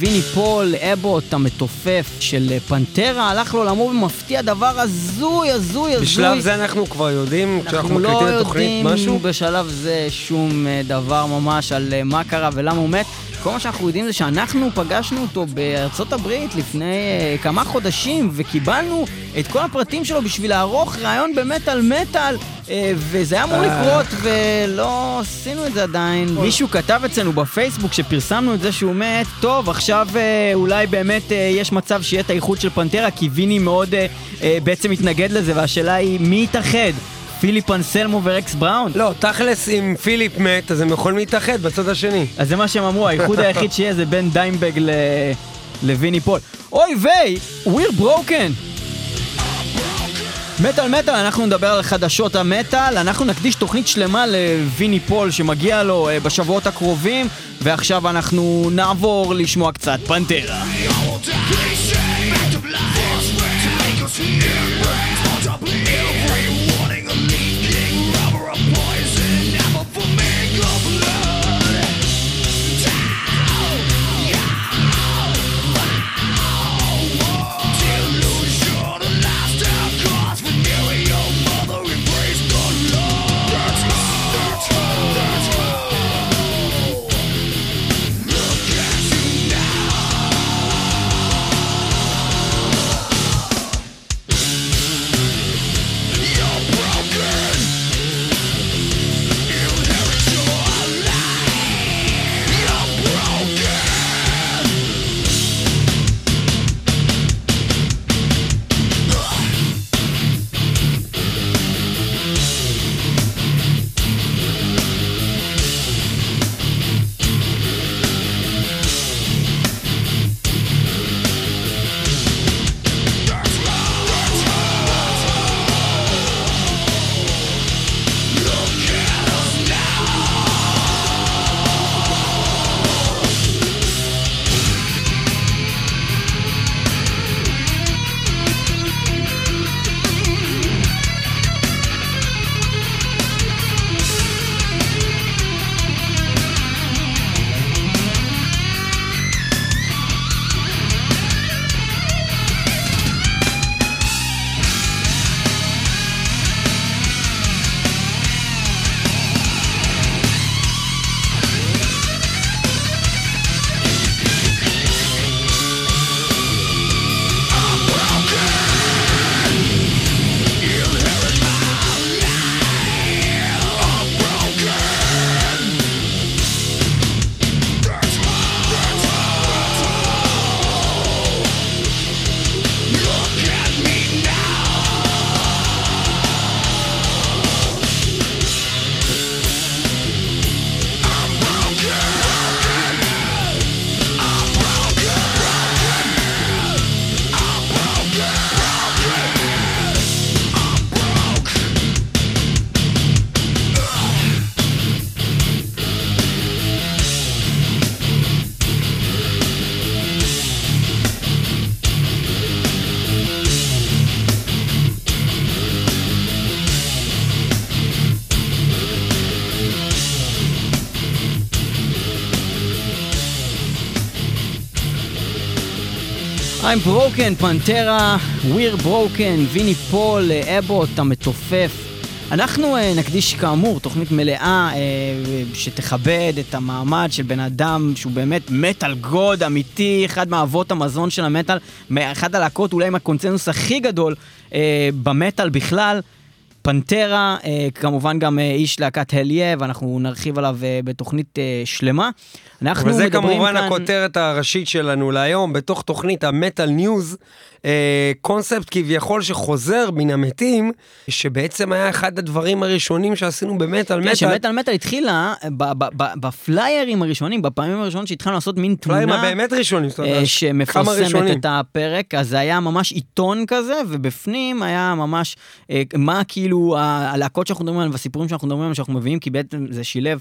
ויני פול, אבוט, המתופף של פנטרה, הלך לו לעמוד במפתיע, דבר הזוי. בשלב זה אנחנו כבר יודעים, כשאנחנו אנחנו מקליטים לא את התוכנית יודעים משהו? בשלב זה שום דבר ממש על מה קרה ולמה הוא מת. כל מה שאנחנו יודעים זה שאנחנו פגשנו אותו בארצות הברית לפני כמה חודשים, וקיבלנו את כל הפרטים שלו בשביל לערוך רעיון במטל, וזה היה אמור לקרות, ולא עשינו את זה עדיין. מישהו כתב אצלנו בפייסבוק שפרסמנו את זה שהוא מת, טוב, עכשיו אולי באמת יש מצב שיהיה את האיחוד של פנטרה, כי ויני מאוד בעצם מתנגד לזה, והשאלה היא מי יתאחד? פיליפ אנסלמו ורקס בראון? לא, תכלס אם פיליפ מת, אז הם יכולים להתאחד בצד השני. אז זה מה שהם אמרו, האיחוד היחיד שיהיה זה בין דיימבג לוויני פול. אוי ויי, we're broken! מטל, אנחנו נדבר על חדשות המטל, אנחנו נקדיש תוכנית שלמה לוויני פול שמגיע לו בשבועות הקרובים, ועכשיו אנחנו נעבור לשמוע קצת פנטרה. I'm broken, פנטרה, we're broken, ויני פול, אבוט, המתופף. אנחנו נקדיש כאמור תוכנית מלאה שתכבד את המעמד של בן אדם שהוא באמת מטל גוד אמיתי, אחד מאבות המזון של המטל, אחד הלהקות אולי עם הקונצנזוס הכי גדול במטל בכלל. פנטרה, כמובן גם איש להקת הליה, ואנחנו נרחיב עליו בתוכנית שלמה. וזה כמובן כאן... הכותרת הראשית שלנו להיום, בתוך תוכנית המטל ניוז, קונספט כביכול שחוזר מן המתים, שבעצם היה אחד הדברים הראשונים שעשינו במטל מטל. שמטל מטל התחילה בפליירים הראשונים, בפעמים הראשונים שהתחלנו לעשות מין תמונה. פליירים באמת ראשונים, שמפרסמת את הפרק, אז זה היה ממש עיתון כזה, ובפנים היה ממש, מה כאילו הלהקות שאנחנו מדברים עליהם, והסיפורים שאנחנו מדברים עליהם, שאנחנו מביאים, כי בעצם זה שילב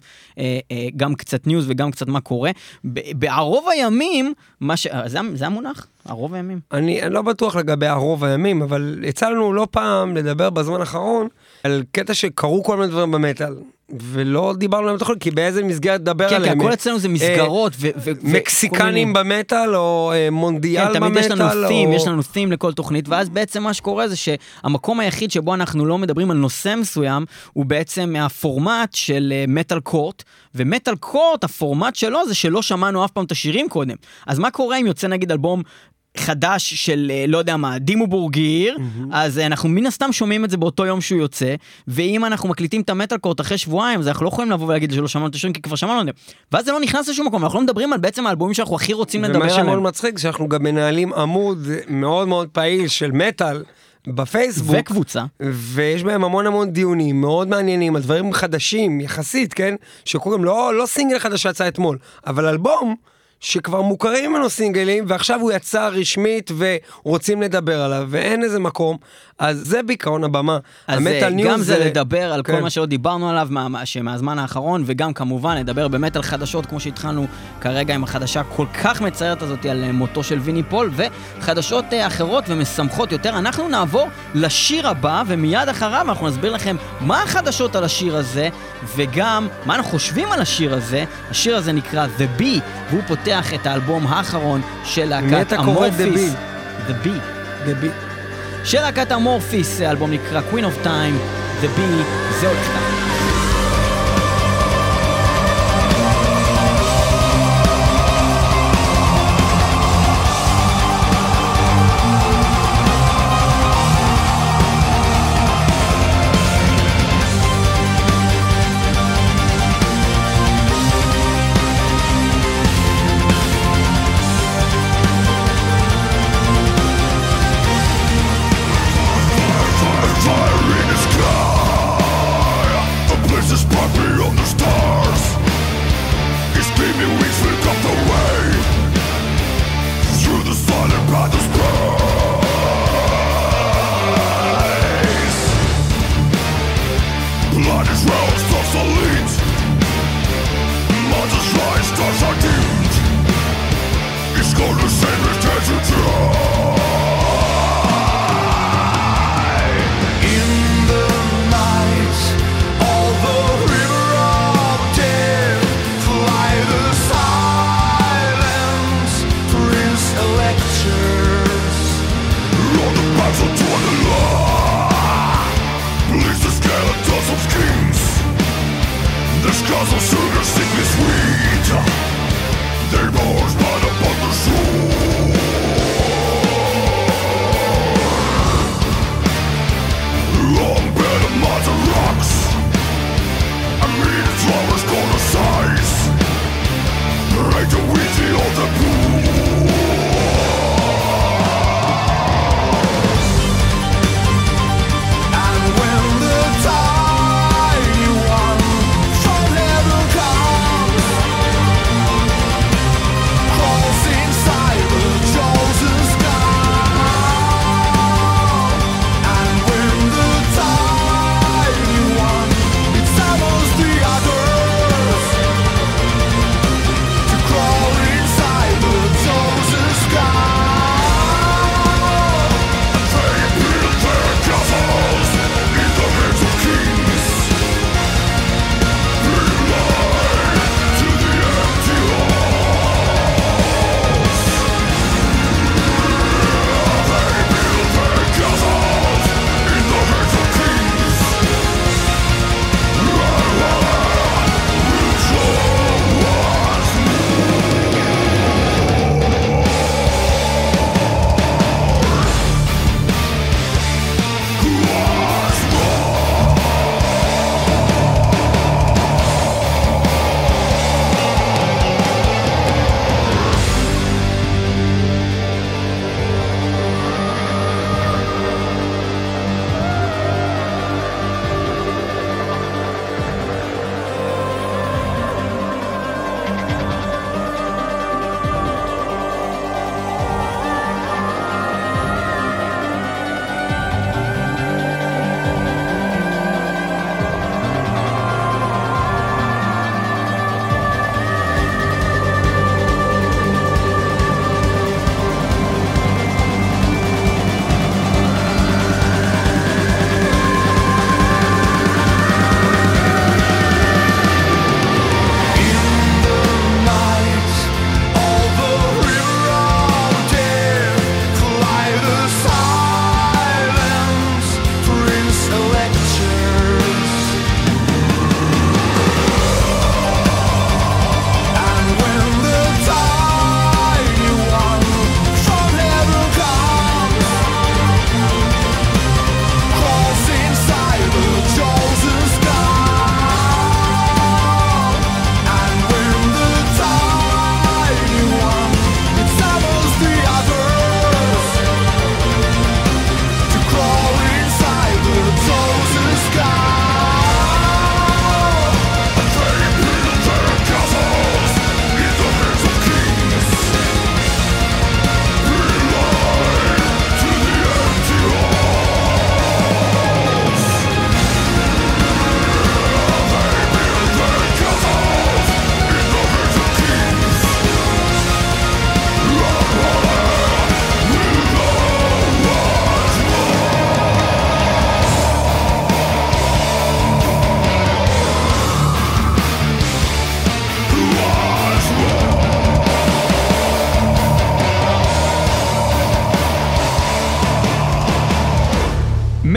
גם קצת ניוז וגם קצת מה קורה. בערוב הימים, זה המונח? ערוב הימים? אני לא בטוח לגבי ערוב הימים, אבל יצא לנו לא פעם לדבר בזמן האחרון על קטע שקרו כל מיני דברים במטל, ולא דיברנו עליהם תוכל, כי באיזה מסגרת לדבר עליהם. כן, כי הכל אצלנו זה מסגרות. מקסיקנים במטל, או מונדיאל במטל. כן, תמיד יש לנו תים לכל תוכנית, ואז בעצם מה שקורה זה שהמקום היחיד שבו אנחנו לא מדברים על נושא מסוים, הוא בעצם מהפורמט של מטל קורט, ומטל קורט, הפורמט שלו זה שלא שמענו אף פעם את השירים קודם. אז מה קורה אם יוצא נגיד אלבום חדש של, לא יודע מה, דימו בורגיר, אז אנחנו מן הסתם שומעים את זה באותו יום שהוא יוצא, ואם אנחנו מקליטים את המטל קורט אחרי שבועיים, אז אנחנו לא יכולים לבוא ולהגיד שלא שמענו את השירים, כי כבר שמענו את זה. ואז זה לא נכנס לשום מקום, אנחנו לא מדברים על בעצם האלבומים שאנחנו הכי רוצים לדבר עליהם. ומה שמאוד מצחיק, שאנחנו גם מנהלים עמוד מאוד מאוד פעיל של מטל, בפייסבוק. וקבוצה. ויש בהם המון דיונים מאוד מעניינים, על דברים חדשים, יחסית, כן? שקוראים, לא סינגל חדש שיצא אתמול, אבל אלבום שכבר מוכרים ממנו סינגלים, ועכשיו הוא יצא רשמית ורוצים לדבר עליו, ואין איזה מקום, אז זה בעיקרון הבמה. אז גם זה לדבר על כל מה שלא דיברנו עליו מהזמן האחרון, וגם כמובן לדבר באמת על חדשות, כמו שהתחלנו כרגע עם החדשה כל כך מצערת הזאת על מותו של ויני פול, וחדשות אחרות ומשמחות יותר. אנחנו נעבור לשיר הבא, ומיד אחריו אנחנו נסביר לכם מה החדשות על השיר הזה, וגם מה אנחנו חושבים על השיר הזה. השיר הזה נקרא The Bee, והוא פותח את האלבום האחרון של להקת אמורפיס. The Bee. של להקת אמורפיס, האלבום נקרא Queen of Time, The Bee, זה הולך ככה. Fire in the sky.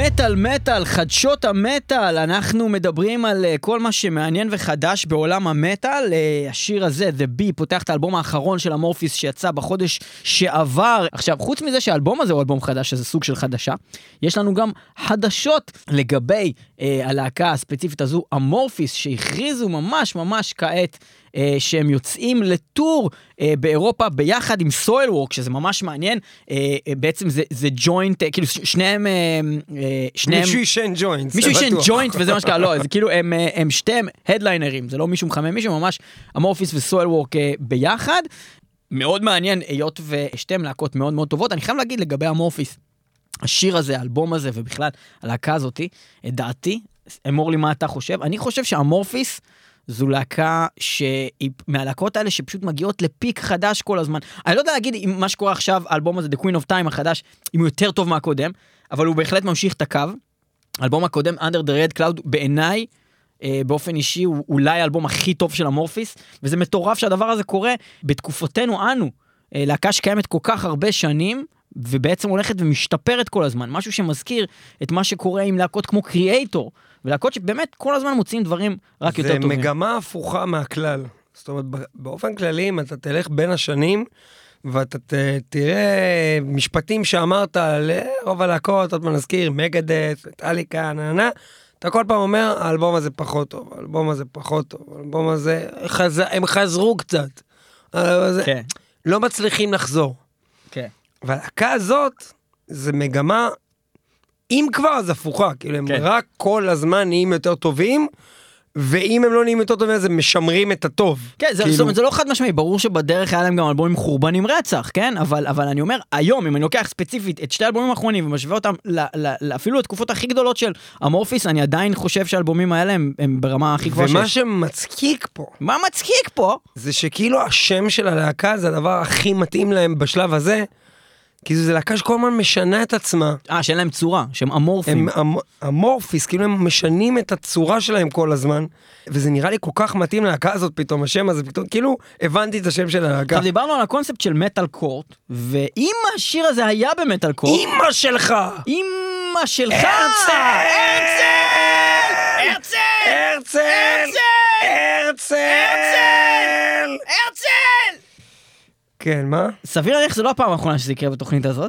מטל, חדשות המטל, אנחנו מדברים על כל מה שמעניין וחדש בעולם המטל. השיר הזה, The Bee, פותח את האלבום האחרון של אמורפיס שיצא בחודש שעבר. עכשיו, חוץ מזה שהאלבום הזה הוא אלבום חדש, שזה סוג של חדשה, יש לנו גם חדשות לגבי הלהקה הספציפית הזו, אמורפיס, שהכריזו ממש כעת שהם יוצאים לטור באירופה ביחד עם סוילוורק, שזה ממש מעניין. בעצם זה ג'וינט, כאילו שניהם מישהו ישן ג'וינט. מישהו ישן ג'וינט וזה מה שקרה, לא, זה כאילו הם שתיהם הדליינרים, זה לא מישהו מחמם מישהו, ממש אמורפיס וסוילוורק ביחד. מאוד מעניין, היות ושתיהם להקות מאוד מאוד טובות. אני חייב להגיד לגבי אמורפיס, השיר הזה, האלבום הזה ובכלל הלהקה הזאת, דעתי, אמור לי מה אתה חושב. אני חושב שאמורפיס זו להקה שהיא מהלהקות האלה שפשוט מגיעות לפיק חדש כל הזמן. אני לא יודע להגיד אם מה שקורה עכשיו, האלבום הזה, The Queen of Time החדש, אם הוא יותר טוב מהקודם, אבל הוא בהחלט ממשיך את הקו. האלבום הקודם, Under the Red Cloud, בעיניי, באופן אישי, הוא אולי האלבום הכי טוב של אמורפיס, וזה מטורף שהדבר הזה קורה בתקופתנו אנו. להקה שקיימת כל כך הרבה שנים, ובעצם הולכת ומשתפרת כל הזמן. משהו שמזכיר את מה שקורה עם להקות כמו קריאייטור, ולהקות שבאמת כל הזמן מוצאים דברים רק יותר טובים. זה מגמה הפוכה מהכלל. זאת אומרת, באופן כללי, אם אתה תלך בין השנים, ואתה תראה משפטים שאמרת לרוב הלהקות, אתה מזכיר, מגדס, מטאליקה, ננה, אתה כל פעם אומר, האלבום הזה פחות טוב, האלבום הזה פחות טוב, האלבום הזה, הם חזרו קצת. כן. לא מצליחים לחזור. כן. והלהקה הזאת, זה מגמה, אם כבר, אז הפוכה, כאילו הם רק כל הזמן נהיים יותר טובים, ואם הם לא נהיים יותר טובים, אז הם משמרים את הטוב. כן, זאת אומרת, זה לא חד משמעי, ברור שבדרך היה להם גם אלבומים חורבנים רצח, כן? אבל אני אומר, היום, אם אני לוקח ספציפית את שתי האלבומים האחרונים, ומשווה אותם אפילו לתקופות הכי גדולות של אמורפיס, אני עדיין חושב שהאלבומים האלה הם ברמה הכי גבוהה שיש. ומה שמצחיק פה. מה מצחיק פה? זה שכאילו השם של הלהקה זה הדבר הכי מתאים להם בשלב הזה, כי זה להקה שכל הזמן משנה את עצמה. שאין להם צורה, שהם אמורפים. הם אמורפיס, כאילו הם משנים את הצורה שלהם כל הזמן, וזה נראה לי כל כך מתאים להקה הזאת פתאום, השם הזה פתאום, כאילו הבנתי את השם של הלהקה. עכשיו דיברנו על הקונספט של מטל קורט, ואם השיר הזה היה במטל קורט... אמא שלך! אמא שלך! הרצל! הרצל! הרצל! הרצל! הרצל! כן, מה? סביר להניח שזה לא הפעם האחרונה שזה יקרה בתוכנית הזאת.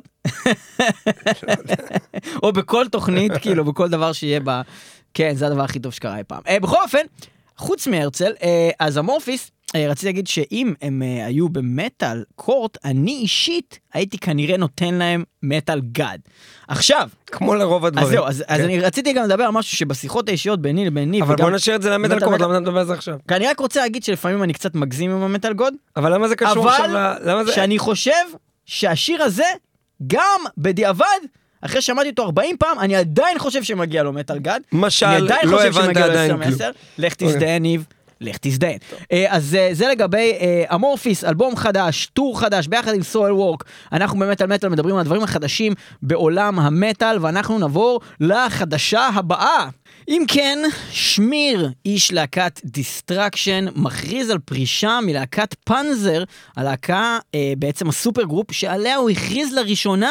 או בכל תוכנית, כאילו, בכל דבר שיהיה בה. כן, זה הדבר הכי טוב שקרה אי פעם. בכל אופן, חוץ מהרצל, אז אמורפיס, רציתי להגיד שאם הם היו במטל קורט, אני אישית הייתי כנראה נותן להם מטל גד. עכשיו, כמו לרוב הדברים. אז זהו, אז אני רציתי גם לדבר על משהו שבשיחות האישיות ביני לבין ניב. אבל בוא נשאיר את זה למטל קורט, למה אתה מדבר על זה עכשיו? כי אני רק רוצה להגיד שלפעמים אני קצת מגזים עם המטל גוד. אבל למה זה קשור עכשיו? אבל שאני חושב שהשיר הזה, גם בדיעבד, אחרי שמעתי אותו 40 פעם, אני עדיין חושב שמגיע לו מטל גד. משל, לא הבנת עדיין כלום. לך תזדיין, ניב. לך תזדיין. אז זה לגבי אמורפיס, אלבום חדש, טור חדש, ביחד עם סוילוורק. אנחנו במטל מטל מדברים על הדברים החדשים בעולם המטל, ואנחנו נעבור לחדשה הבאה. אם כן, שמיר, איש להקת דיסטרקשן, מכריז על פרישה מלהקת פנזר, הלהקה בעצם הסופר גרופ, שעליה הוא הכריז לראשונה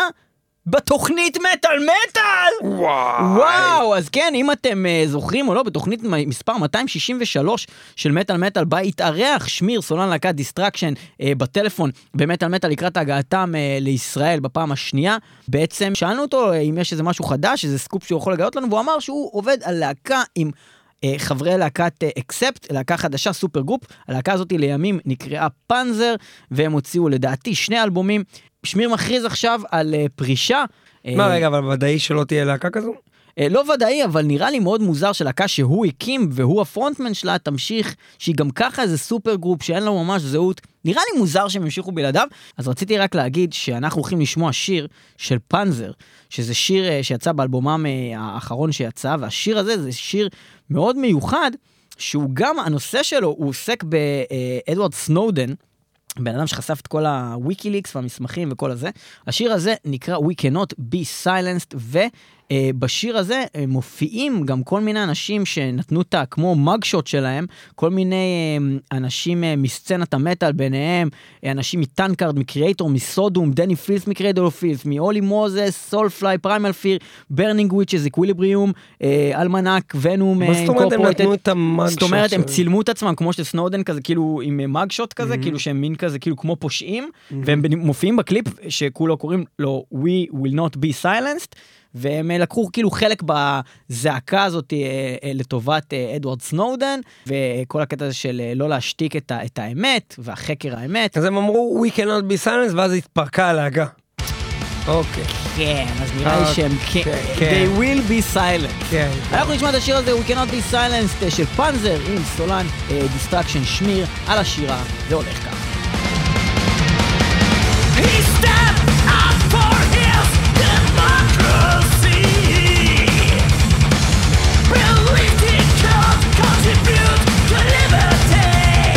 בתוכנית מטל! וואו, אז כן, אם אתם זוכרים או לא, בתוכנית מספר 263 של מטל, בה התארח שמיר, סולן להקת דיסטרקשן, בטלפון במטל לקראת הגעתם לישראל בפעם השנייה. בעצם שאלנו אותו אם יש איזה משהו חדש, איזה סקופ שהוא יכול לגלות לנו, והוא אמר שהוא עובד על להקה עם חברי להקת אקספט, להקה חדשה, סופר גרופ. הלהקה הזאת לימים נקראה פנזר, והם הוציאו לדעתי 2 אלבומים. שמיר מכריז עכשיו על פרישה. מה רגע, אבל ודאי שלא תהיה להקה כזו? לא ודאי, אבל נראה לי מאוד מוזר שלהקה שהוא הקים, והוא הפרונטמן שלה, תמשיך, שהיא גם ככה איזה סופר גרופ שאין לו ממש זהות. נראה לי מוזר שהם המשיכו בלעדיו. אז רציתי רק להגיד שאנחנו הולכים לשמוע שיר של פנזר, שזה שיר שיצא באלבומם האחרון שיצא, והשיר הזה זה שיר מאוד מיוחד, שהוא גם, הנושא שלו, הוא עוסק באדוארד סנודן, בן אדם שחשף את כל הוויקיליקס והמסמכים וכל הזה. השיר הזה נקרא We Cannot Be Silenced, בשיר הזה מופיעים גם כל מיני אנשים שנתנו אותה, כמו מגשוט שלהם, כל מיני אנשים מסצנת המטל, ביניהם אנשים מטנקארד, מקריאטור, מסודום, דני פילס מקריאטור פילס, מאולי מוזס, סולפליי, פריימל פיר, ברנינג וויצ'ז, אקוויליבריום, אלמנק, ונום, אינקורפורטד. זאת אומרת, הם צילמו את עצמם כמו של סנודן כזה, כאילו עם מגשוט כזה, כאילו שהם מין כזה, כאילו כמו פושעים, והם מופיעים בקליפ שכולו קוראים לו We will not be silenced, והם לקחו כאילו חלק בזעקה הזאת לטובת אדוארד סנודן, וכל הקטע הזה של לא להשתיק את האמת, והחקר האמת. אז הם אמרו, we cannot be silenced, ואז התפרקה הלהגה. אוקיי. כן, אז נראה לי שהם they will be silent. אנחנו נשמע את השיר הזה, we cannot be silenced, של פנזר עם סולן דיסטרקשן שמיר על השירה, זה הולך ככה. He stepped up for his democracy, believed he could contribute to liberty,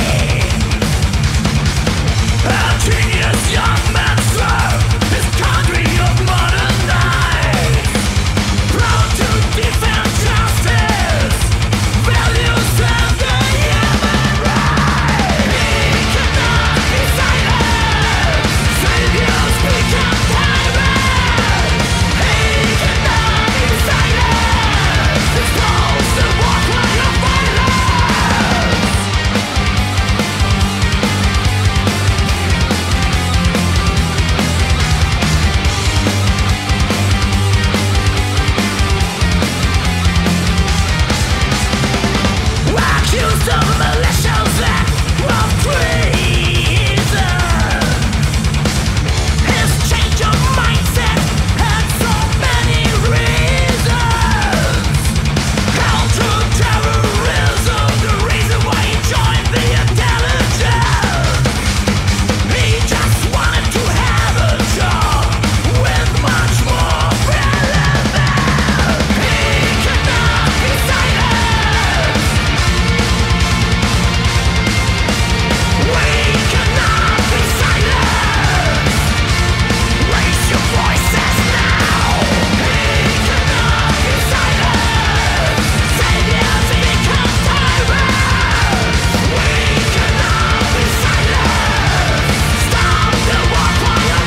a genius young man served his country of modern night, proud to defend justice, values and the human right. He cannot be silent, saviors become tyrants. He cannot be silent, expose the walkway of violence. Accused of malicious act of treason, his change of mindset had so many reasons. Counter-terrorism, the reason why he joined the intelligence. He just wanted to have a job with much more relevance. He cannot be silent. We cannot be silent. Raise your voices now. We cannot be silent. Saviors become tyrants. We cannot be silent. Stop the walkway of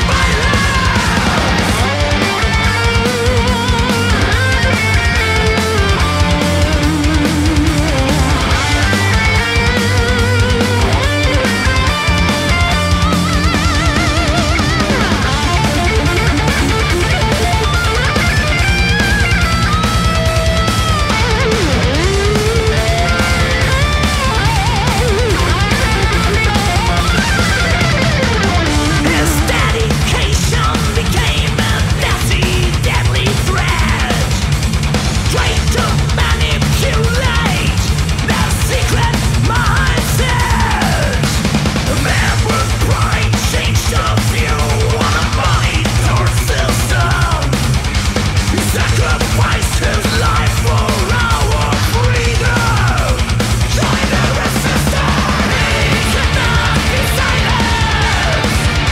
His dedication became a nasty, deadly threat, trained to manipulate the secret mindset. A man with pride changed of view on a monitored system. He sacrificed his life for our freedom. Join the resistance. He cannot be silent.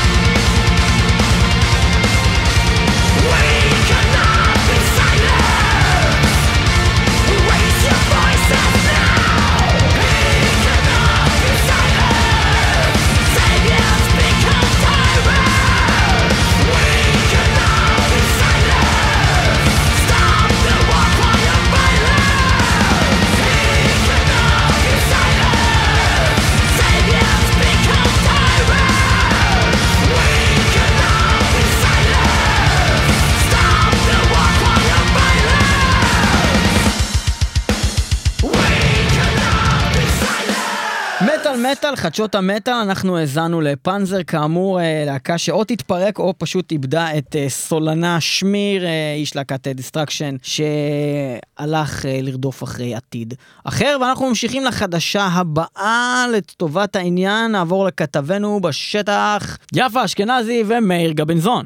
We cannot be silent. Raise your voices now. We cannot be silent. Saviors become tyrants. We cannot be silent. Stop the walkway of violence. We cannot be silent. Saviors become tyrants. We cannot be silent. Stop the walkway of violence. We cannot be silent. מטל מטל, חדשות המטל, אנחנו הזנו לפנזר, כאמור להקה שאו תתפרק או פשוט איבדה את סולנה שמיר, איש להקת דיסטרקשן, שהלך לרדוף אחרי עתיד אחר. ואנחנו ממשיכים לחדשה הבאה. לטובת העניין נעבור לכתבנו בשטח, יפה אשכנזי ומאיר גבנזון.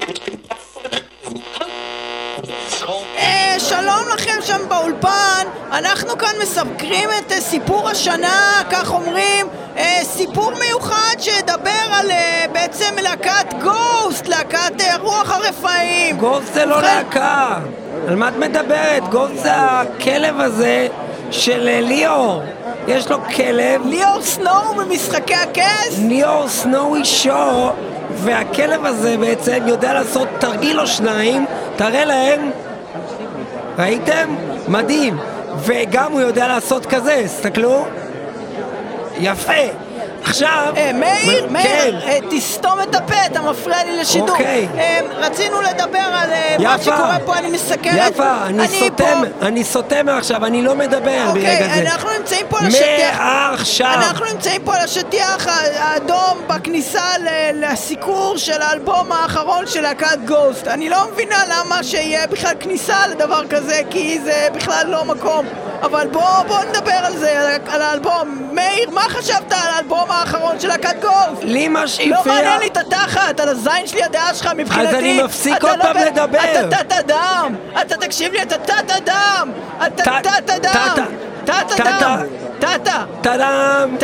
שלום לכם שם באולפן, אנחנו כאן מספרים את סיפור השנה, כך אומרים, סיפור מיוחד שדבר על בעצם להקת גוסט, להקת רוח רפאים. גוסט זה לא להקה. על מה את מדברת? גוסט זה הכלב הזה של ליאור. יש לו כלב. ליאור סנואו במשחקי הכס? ליאור סנואי שו, והכלב הזה בעצם יודע לעשות תרגיל או שניים. תראה להם. ראיתם? מדהים. וגם הוא יודע לעשות כזה, הסתכלו. יפה. עכשיו... מאיר, תסתום את הפה, אתה מפריע לי לשידור. אוקיי. רצינו לדבר על מה שקורה פה, אני מסקרת. יפה, אני סותם עכשיו, אני לא מדבר ברגע זה. אוקיי, אנחנו נמצאים פה על השטיח. מעכשיו. אנחנו נמצאים פה על השטיח האדום בכניסה לסיקור של האלבום האחרון של להקת גוסט. אני לא מבינה למה שיהיה בכלל כניסה לדבר כזה, כי זה בכלל לא מקום. אבל בוא נדבר על זה, על האלבום. מאיר, מה חשבת על האלבום האחרון של להקת גוסט? לי מה שהפריע... לא מעניין לי את התחת, על הזין שלי הדעה שלך מבחינתי. אז אני מפסיק עוד פעם לדבר. אתה תת אדם, אתה תקשיב לי, אתה תת אדם. אתה תת אדם. תת אדם. טאדם.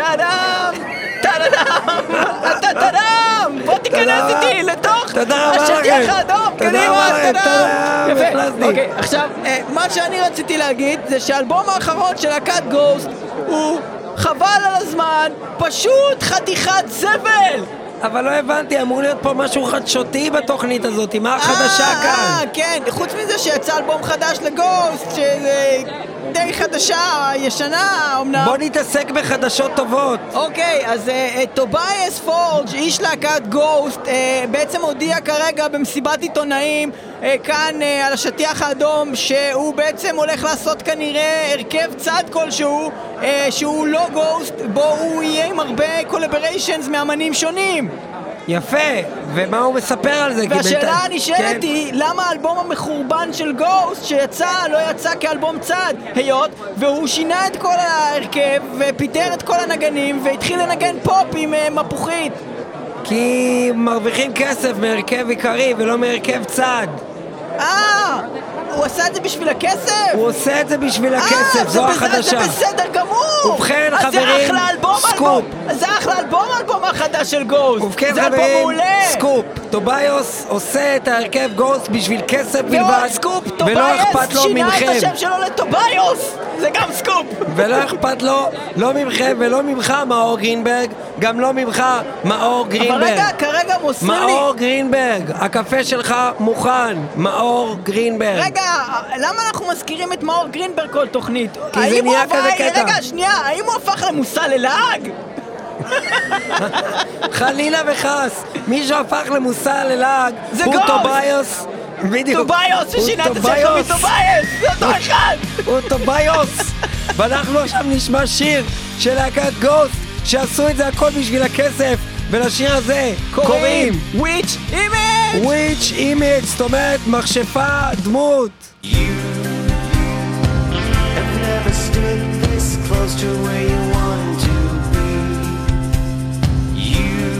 אתה תדם. בוא תיכנס איתי לתוך השטיח האדום. קדימה, תדם. יפה. אוקיי, עכשיו, מה שאני רציתי להגיד זה שהאלבום האחרון של להקת גוסט הוא חבל על הזמן, פשוט חתיכת זבל. אבל לא הבנתי, אמור להיות פה משהו חדשותי בתוכנית הזאת, מה החדשה כאן? כן, חוץ מזה שיצא אלבום חדש לגוסט, שזה די חדשה, ישנה אמנם. בוא נתעסק בחדשות טובות. אוקיי, אז טובייס פורג', איש להקת גוסט, בעצם הודיע כרגע במסיבת עיתונאים כאן על השטיח האדום שהוא בעצם הולך לעשות כנראה הרכב צד כלשהו שהוא לא גוסט, בו הוא יהיה עם הרבה קולבריישנס מאמנים שונים. יפה, ומה הוא מספר על זה? והשאלה הנשאלת היא, למה האלבום המחורבן של גוסט שיצא לא יצא כאלבום צד? היות והוא שינה את כל ההרכב ופיטר את כל הנגנים והתחיל לנגן פופ עם מפוחית. כי מרוויחים כסף מהרכב עיקרי ולא מהרכב צד. הוא עשה את זה בשביל הכסף? הוא עושה את זה בשביל הכסף, זו החדשה. זה בסדר גמור. ובכן חברים, סקופ. זה אחלה אלבום החדש של גוסט. ובכן חברים, סקופ. טובייס עושה את ההרכב גוסט בשביל כסף בלבד, ולא אכפת לו מכם. שינה את השם שלו לטובייס, זה גם סקופ. ולא אכפת לו, לא מכם ולא ממך מאור גרינברג, גם לא ממך מאור גרינברג. אבל רגע, כרגע מוסרים לי. מאור גרינברג, הקפה שלך מוכן, מאור גרינברג. רגע, למה אנחנו מזכירים את מאור גרינברג כל תוכנית? כי זה נהיה כזה קטע. רגע, שנייה, האם הוא הפך למושא ללעג? חלילה וחס, מי שהפך למושא ללעג הוא טובייס. בדיוק. טובייס, ששינה את השם שלו מטובייס, זה אותו אחד. הוא טובייס. ואנחנו עכשיו נשמע שיר של להקת גוסט שעשו את זה הכל בשביל הכסף, ולשיר הזה קוראים Which Image. Which Image, זאת אומרת מכשפה דמות. You have never stood this close to where you want to be. You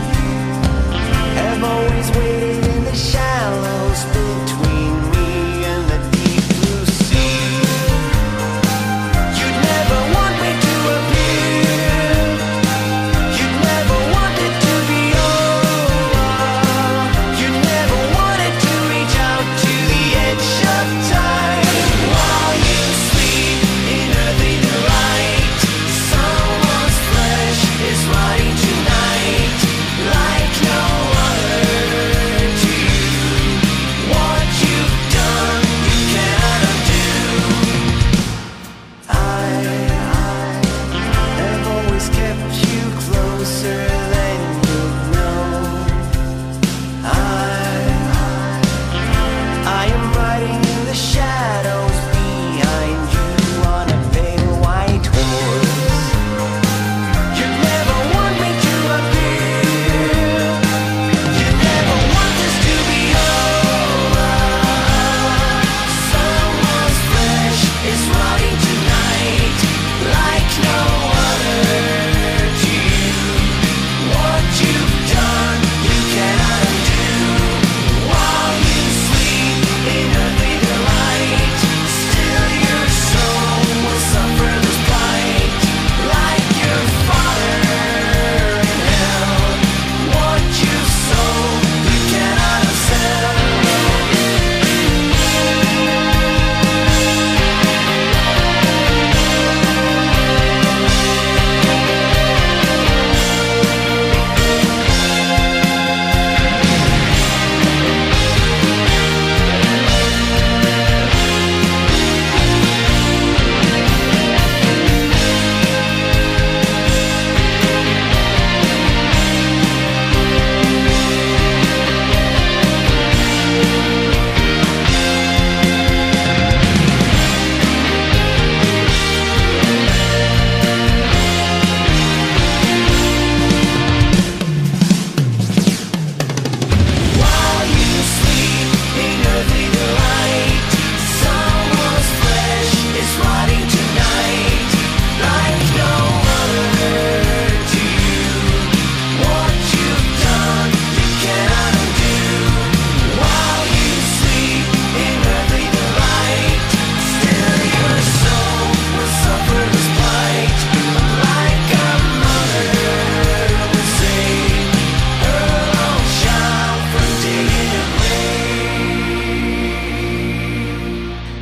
have always waited in the shallows between me and the deep blue sea. You never want me to appear. You never wanted to be over. You never wanted to reach out to the edge of time. While you sleep in earthly delight, someone's flesh is rotting tonight, like no other to you.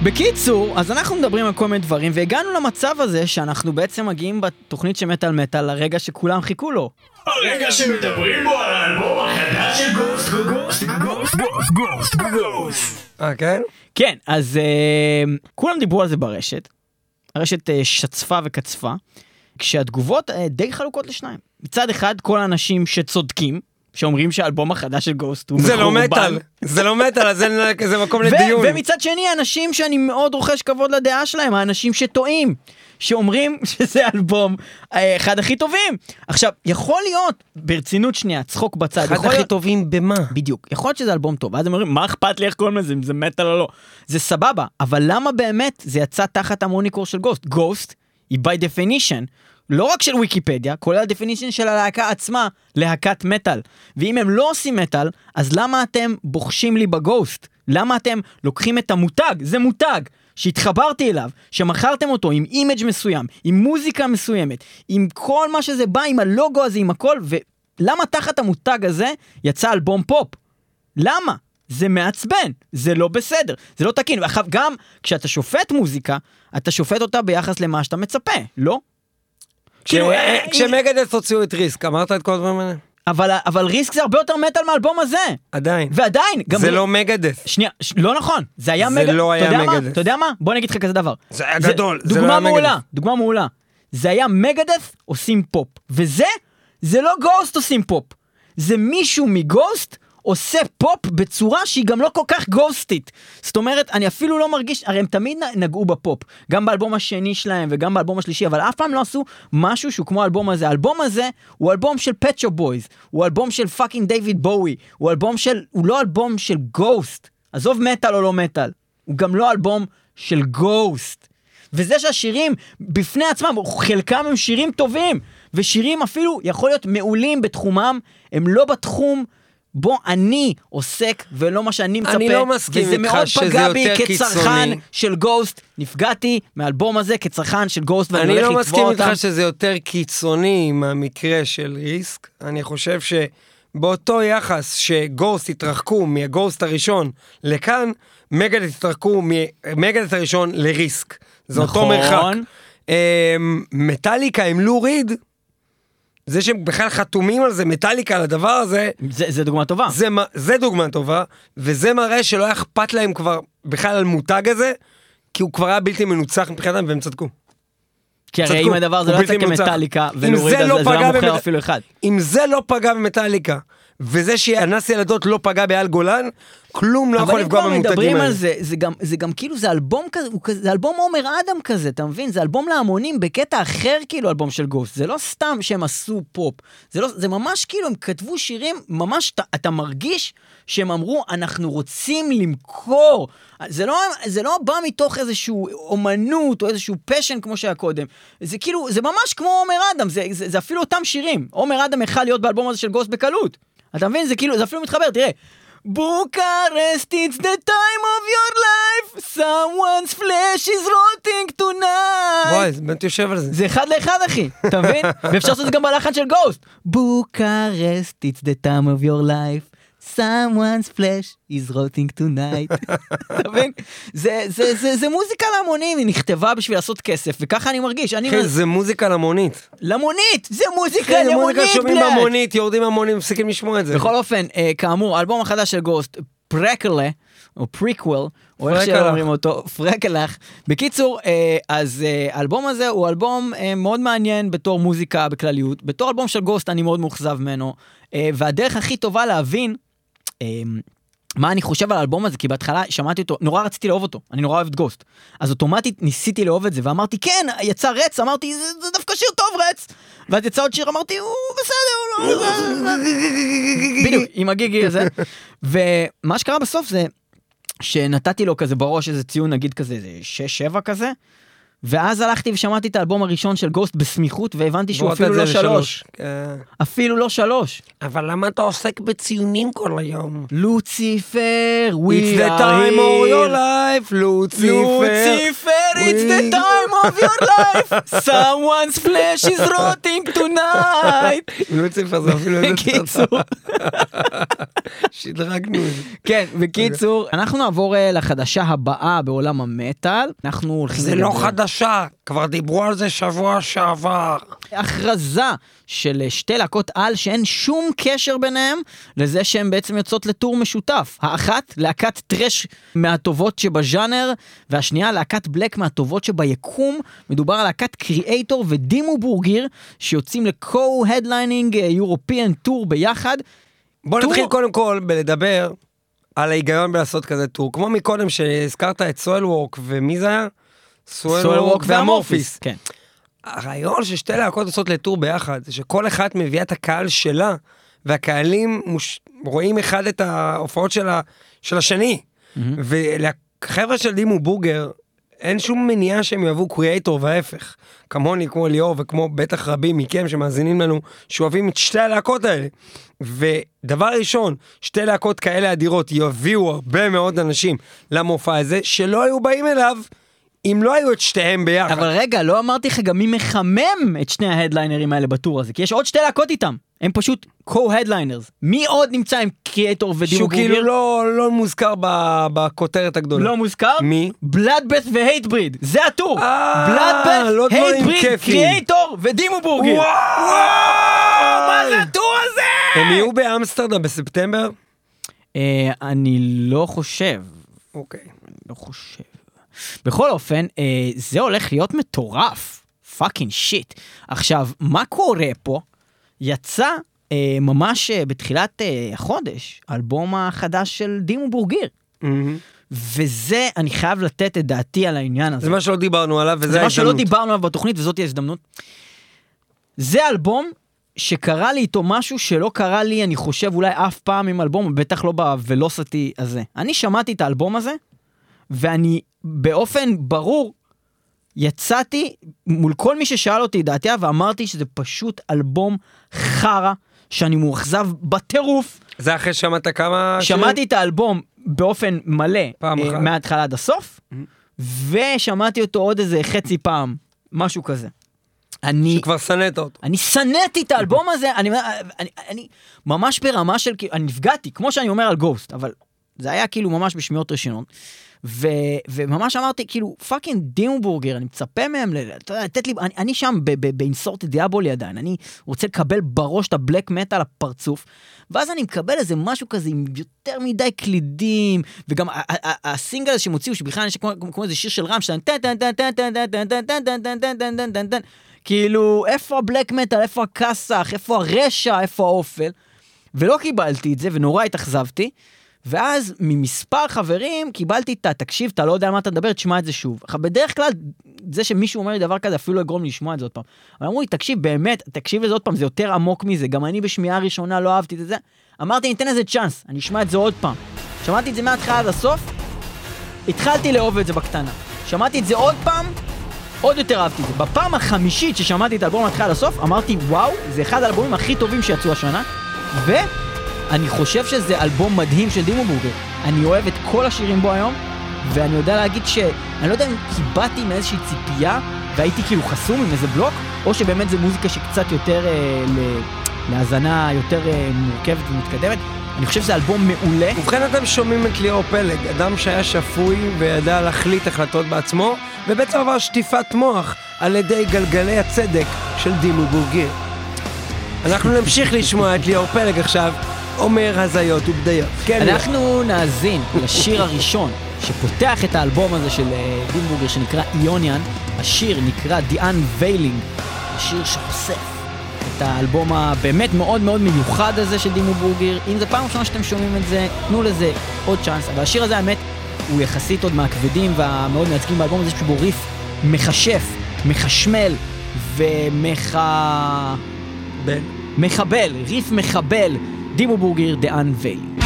בקיצור, אז אנחנו מדברים על כל מיני דברים, והגענו למצב הזה שאנחנו בעצם מגיעים בתוכנית של מטל מטל לרגע שכולם חיכו לו. הרגע שמדברים בו על האלבום החדש של גוסט. כן? כן, אז כולם דיברו על זה ברשת. הרשת שצפה וקצפה, כשהתגובות די חלוקות לשניים. מצד אחד, כל האנשים שצודקים, שאומרים שהאלבום החדש של גוסט הוא זה לא מטל, זה לא מטל, אז זה מקום לדיון. ומצד שני, האנשים שאני מאוד רוכש כבוד לדעה שלהם, האנשים שטועים, שאומרים שזה אלבום אחד הכי טובים. עכשיו, יכול להיות, ברצינות שנייה, צחוק בצד, אחד הכי טובים במה? בדיוק, יכול להיות שזה אלבום טוב, ואז הם אומרים, מה אכפת לי איך קוראים לזה, אם זה מטל או לא? זה סבבה, אבל למה באמת זה יצא תחת המוניקור של גוסט? גוסט היא by definition, לא רק של ויקיפדיה, כולל הדפינישן של הלהקה עצמה, להקת מטל. ואם הם לא עושים מטל, אז למה אתם בוחשים לי בגוסט? למה אתם לוקחים את המותג? זה מותג שהתחברתי אליו, שמכרתם אותו עם אימג' מסוים, עם מוזיקה מסוימת, עם כל מה שזה בא, עם הלוגו הזה, עם הכל, ולמה תחת המותג הזה יצא אלבום פופ? למה? זה מעצבן, זה לא בסדר, זה לא תקין. ואחר גם כשאתה שופט מוזיקה, אתה שופט אותה ביחס למה שאתה מצפה, לא? כשמגדס הוציאו את ריסק, אמרת את כל הדברים האלה? אבל ריסק זה הרבה יותר מטל מהאלבום הזה. עדיין. ועדיין. זה לא מגדס. שנייה, לא נכון. זה היה מגדס. זה לא היה מגדס. אתה יודע מה? בוא נגיד לך כזה דבר. זה היה גדול. דוגמה מעולה. דוגמה מעולה. זה היה מגדס עושים פופ. וזה, זה לא גוסט עושים פופ. זה מישהו מגוסט עושה פופ בצורה שהיא גם לא כל כך גוסטית. זאת אומרת, אני אפילו לא מרגיש, הרי הם תמיד נגעו בפופ, גם באלבום השני שלהם וגם באלבום השלישי, אבל אף פעם לא עשו משהו שהוא כמו האלבום הזה. האלבום הזה הוא אלבום של Pet Shop Boys, הוא אלבום של פאקינג דיוויד בואי, הוא לא אלבום של גוסט. עזוב מטל או לא מטל, הוא גם לא אלבום של גוסט. וזה שהשירים בפני עצמם, חלקם הם שירים טובים, ושירים אפילו יכול להיות מעולים בתחומם, הם לא בתחום בו אני עוסק ולא מה שאני מצפה. אני לא מסכים איתך שזה יותר קיצוני. וזה מאוד פגע בי כצרכן של גוסט. נפגעתי מאלבום הזה כצרכן של גוסט, ואני הולך לתבוע אותם. אני לא מסכים איתך שזה יותר קיצוני מהמקרה של ריסק. אני חושב שבאותו יחס שגוסט התרחקו מהגוסט הראשון לכאן, מגדס התרחקו ממגדס הראשון לריסק. זה אותו מרחק. מטליקה עם לו ריד, זה שהם בכלל חתומים על זה, מטליקה על הדבר הזה, זה דוגמה טובה. זה דוגמה טובה, וזה מראה שלא היה אכפת להם כבר בכלל על מותג הזה, כי הוא כבר היה בלתי מנוצח מבחינתם, והם צדקו. כי הרי אם הדבר זה לא יצא כמטליקה, ולהוריד על זה, זה לא מוכר אפילו אחד. אם זה לא פגע במטליקה, וזה שאנס ילדות לא פגע בעל גולן, כלום לא יכול לפגוע במותגים האלה. אבל אם כבר מדברים על זה, זה גם כאילו, זה אלבום כזה, זה אלבום עומר אדם כזה, אתה מבין? זה אלבום להמונים בקטע אחר כאילו אלבום של גוסט. זה לא סתם שהם עשו פופ. זה ממש כאילו, הם כתבו שירים, ממש אתה מרגיש שהם אמרו, אנחנו רוצים למכור. זה לא בא מתוך איזשהו אומנות או איזשהו פשן כמו שהיה קודם. זה כאילו, זה ממש כמו עומר אדם, זה אפילו אותם שירים. עומר אדם יכול להיות באלבום הזה של גוסט בקלות. אתה מבין? זה כאילו, זה אפילו מתחבר, תראה. Bucharest, it's the time of your life, someone's flesh is rotting tonight. וואי, זה באמת יושב על זה. זה אחד לאחד, אחי, אתה מבין? ואפשר לעשות את זה גם בלחן של גוסט. Bucharest, it's the time of your life, someone's flesh is rotting tonight. אתה מבין? זה מוזיקה להמונים, היא נכתבה בשביל לעשות כסף, וככה אני מרגיש. כן, זה מוזיקה להמונית. למונית, זה מוזיקה כן, למונית, מוזיקה שומעים במונית, יורדים המונים, מפסיקים לשמוע את זה. בכל אופן, כאמור, האלבום החדש של גוסט, פרקלה, או פריקוול, או איך שאומרים אותו, פרקלח. בקיצור, אז האלבום הזה הוא אלבום מאוד מעניין בתור מוזיקה בכלליות. בתור אלבום של גוסט אני מאוד מאוכזב ממנו, והדרך הכי טובה להבין מה אני חושב על האלבום הזה, כי בהתחלה שמעתי אותו, נורא רציתי לאהוב אותו, אני נורא אוהב את גוסט, אז אוטומטית ניסיתי לאהוב את זה, ואמרתי, כן, יצא רץ, אמרתי, זה דווקא שיר טוב רץ, ואז יצא עוד שיר, אמרתי, הוא בסדר, הוא לא... בדיוק, עם הגיגי הזה, ומה שקרה בסוף זה, שנתתי לו כזה בראש איזה ציון, נגיד כזה, 6-7 כזה, ואז הלכתי ושמעתי את האלבום הראשון של גוסט בסמיכות, והבנתי שהוא אפילו לא 3. אפילו לא 3. אבל למה אתה עוסק בציונים כל היום? לוציפר, It's the time of your life, לוציפר. לוציפר, it's the time of your life, someone's flesh is rotting tonight. לוציפר זה אפילו בקיצור. שדרגנו את זה. כן, בקיצור, אנחנו נעבור לחדשה הבאה בעולם המטל. אנחנו הולכים זה לא חדשה, כבר דיברו על זה שבוע שעבר. הכרזה של שתי להקות על שאין שום קשר ביניהם לזה שהן בעצם יוצאות לטור משותף. האחת, להקת טרש מהטובות שבז'אנר, והשנייה, להקת בלק מהטובות שביקום. מדובר על להקת קריאייטור ודימו בורגיר, שיוצאים לקו-הדליינינג יורופיאן טור ביחד. בוא נתחיל קודם כל בלדבר על ההיגיון בלעשות כזה טור. כמו מקודם שהזכרת את סואלוורק, ומי זה היה? סואלוורק והמורפיס. כן. הרעיון ששתי להקות עושות לטור ביחד, זה שכל אחת מביאה את הקהל שלה, והקהלים רואים אחד את ההופעות של השני. ולחבר'ה של דימו בורגר, אין שום מניעה שהם יאהבו קריאייטור וההפך. כמוני, כמו ליאור, וכמו בטח רבים מכם שמאזינים לנו, שאוהבים את שתי הלהקות האלה. ודבר ראשון, שתי להקות כאלה אדירות יביאו הרבה מאוד אנשים למופע הזה, שלא היו באים אליו, אם לא היו את שתיהם ביחד. אבל רגע, לא אמרתי לך גם מי מחמם את שני ההדליינרים האלה בטור הזה, כי יש עוד שתי להקות איתם. הם פשוט co-headliners. מי עוד נמצא עם קריאייטור ודימו בורגר? שהוא כאילו לא מוזכר בכותרת הגדולה. לא מוזכר? מי? Bloodbath ו-Hatebreed. זה הטור. Bloodbath, לא דברים Hatebreed, כיפים. קריאייטור ודימו בורגר. וואו! מה זה הטור הזה? הם יהיו באמסטרדם בספטמבר? אני לא חושב. אוקיי. לא חושב. בכל אופן, זה הולך להיות מטורף. פאקינג שיט. עכשיו, מה קורה פה? יצא ממש בתחילת החודש, אלבום החדש של דימו בורגיר. וזה, אני חייב לתת את דעתי על העניין הזה. זה מה שלא דיברנו עליו, וזה ההזדמנות. זה מה שלא דיברנו עליו בתוכנית, וזאת ההזדמנות. זה אלבום שקרה לי איתו משהו שלא קרה לי, אני חושב, אולי אף פעם עם אלבום, בטח לא בוולוסיטי הזה. אני שמעתי את האלבום הזה, ואני באופן ברור, יצאתי מול כל מי ששאל אותי דעתיה, ואמרתי שזה פשוט אלבום חרה, שאני מאוכזב בטירוף. זה אחרי שמעת כמה שירים? שמעתי את האלבום באופן מלא, פעם אחת. מההתחלה עד הסוף, ושמעתי אותו עוד איזה חצי פעם, משהו כזה. שכבר שנאת אותו. אני שנאתי את האלבום הזה, אני ממש ברמה של, אני נפגעתי, כמו שאני אומר על גוסט, אבל זה היה כאילו ממש בשמיעות ראשונות, וממש אמרתי, כאילו, פאקינג דימו בורגר, אני מצפה מהם, לתת לי, אני שם באינסורט דיאבולי עדיין, אני רוצה לקבל בראש את הבלק מטל הפרצוף, ואז אני מקבל איזה משהו כזה עם יותר מדי קלידים, וגם הסינגל הזה שמוציאו, שבכלל יש כמו איזה שיר של רם, כאילו, איפה הבלק מטל, איפה הכסח, איפה הרשע, איפה האופל, ולא קיבלתי את זה, ונורא התאכזבתי, ואז ממספר חברים קיבלתי את התקשיב, אתה לא יודע על מה אתה מדבר, תשמע את זה שוב. בדרך כלל, זה שמישהו אומר לי דבר כזה, אפילו לא יגרום לי לשמוע את זה עוד פעם. אבל אמרו לי, תקשיב, באמת, תקשיב לזה עוד פעם, זה יותר עמוק מזה, גם אני בשמיעה הראשונה לא אהבתי את זה. אמרתי, ניתן לזה צ'אנס, אני אשמע את זה עוד פעם. שמעתי את זה מההתחלה עד הסוף, התחלתי לאהוב את זה בקטנה. שמעתי את זה עוד פעם, עוד יותר אהבתי את זה. בפעם החמישית ששמעתי את האלבום מההתחלה עד הסוף, אמרתי, וואו, זה אחד האלבומים הכי טובים שיצאו השנה, אני חושב שזה אלבום מדהים של דימו בורגר. אני אוהב את כל השירים בו היום, ואני יודע להגיד אני לא יודע אם קיבלתי עם איזושהי ציפייה, והייתי כאילו חסום עם איזה בלוק, או שבאמת זה מוזיקה שקצת יותר להזנה יותר מורכבת ומתקדמת. אני חושב שזה אלבום מעולה. ובכן אתם שומעים את ליאור פלג, אדם שהיה שפוי וידע להחליט החלטות בעצמו, ובעצם עבר שטיפת מוח על ידי גלגלי הצדק של דימו בורגר. אנחנו נמשיך לשמוע את ליאור פלג עכשיו, אומר הזיות ובדיות. כן, אנחנו נאזין לשיר הראשון שפותח את האלבום הזה של דימו בורגר שנקרא איוניאן. השיר נקרא The Unveiling, השיר שחושף את האלבום הבאמת מאוד מאוד מיוחד הזה של דימו בורגר. אם זה פעם ראשונה שאתם שומעים את זה, תנו לזה עוד צ'אנס. אבל השיר הזה האמת הוא יחסית עוד מהכבדים והמאוד מייצגים באלבום הזה, שבו ריף מחשף, מחשמל מחבל, ריף מחבל. דימו בורגר, The Unveiling.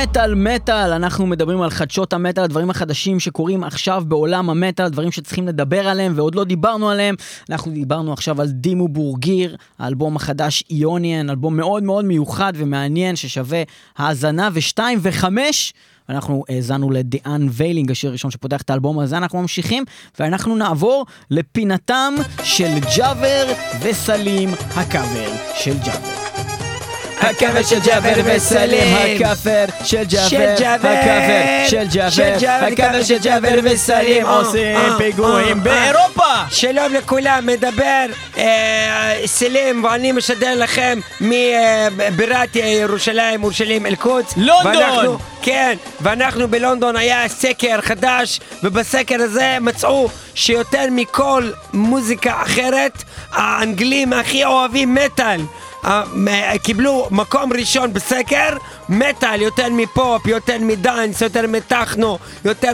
מטל מטל, אנחנו מדברים על חדשות המטל, הדברים החדשים שקורים עכשיו בעולם המטל, דברים שצריכים לדבר עליהם ועוד לא דיברנו עליהם. אנחנו דיברנו עכשיו על דימו בורגיר, האלבום החדש איוניאן, אלבום מאוד מאוד מיוחד ומעניין ששווה האזנה, ו2 ו5 אנחנו האזנו לדיאן ויילינג, השיר הראשון שפותח את האלבום הזה. אנחנו ממשיכים ואנחנו נעבור לפינתם של ג'אבר וסלים, הקאבר של ג'אבר. הקאבר של ג'אבר וסלים, הקאבר של ג'אבר, הקאבר של ג'אבר, הקאבר של ג'אבר וסלים עושים פיגועים באירופה. שלום לכולם, מדבר סלים ואני משדר לכם מבירת ירושלים, ירושלים אל-קודס, לונדון. כן, ואנחנו בלונדון היה סקר חדש, ובסקר הזה מצאו שיותר מכל מוזיקה אחרת האנגלים הכי אוהבים מטל. קיבלו מקום ראשון בסקר, מטל, יותר מפופ, יותר מדאנס, יותר מטכנו, יותר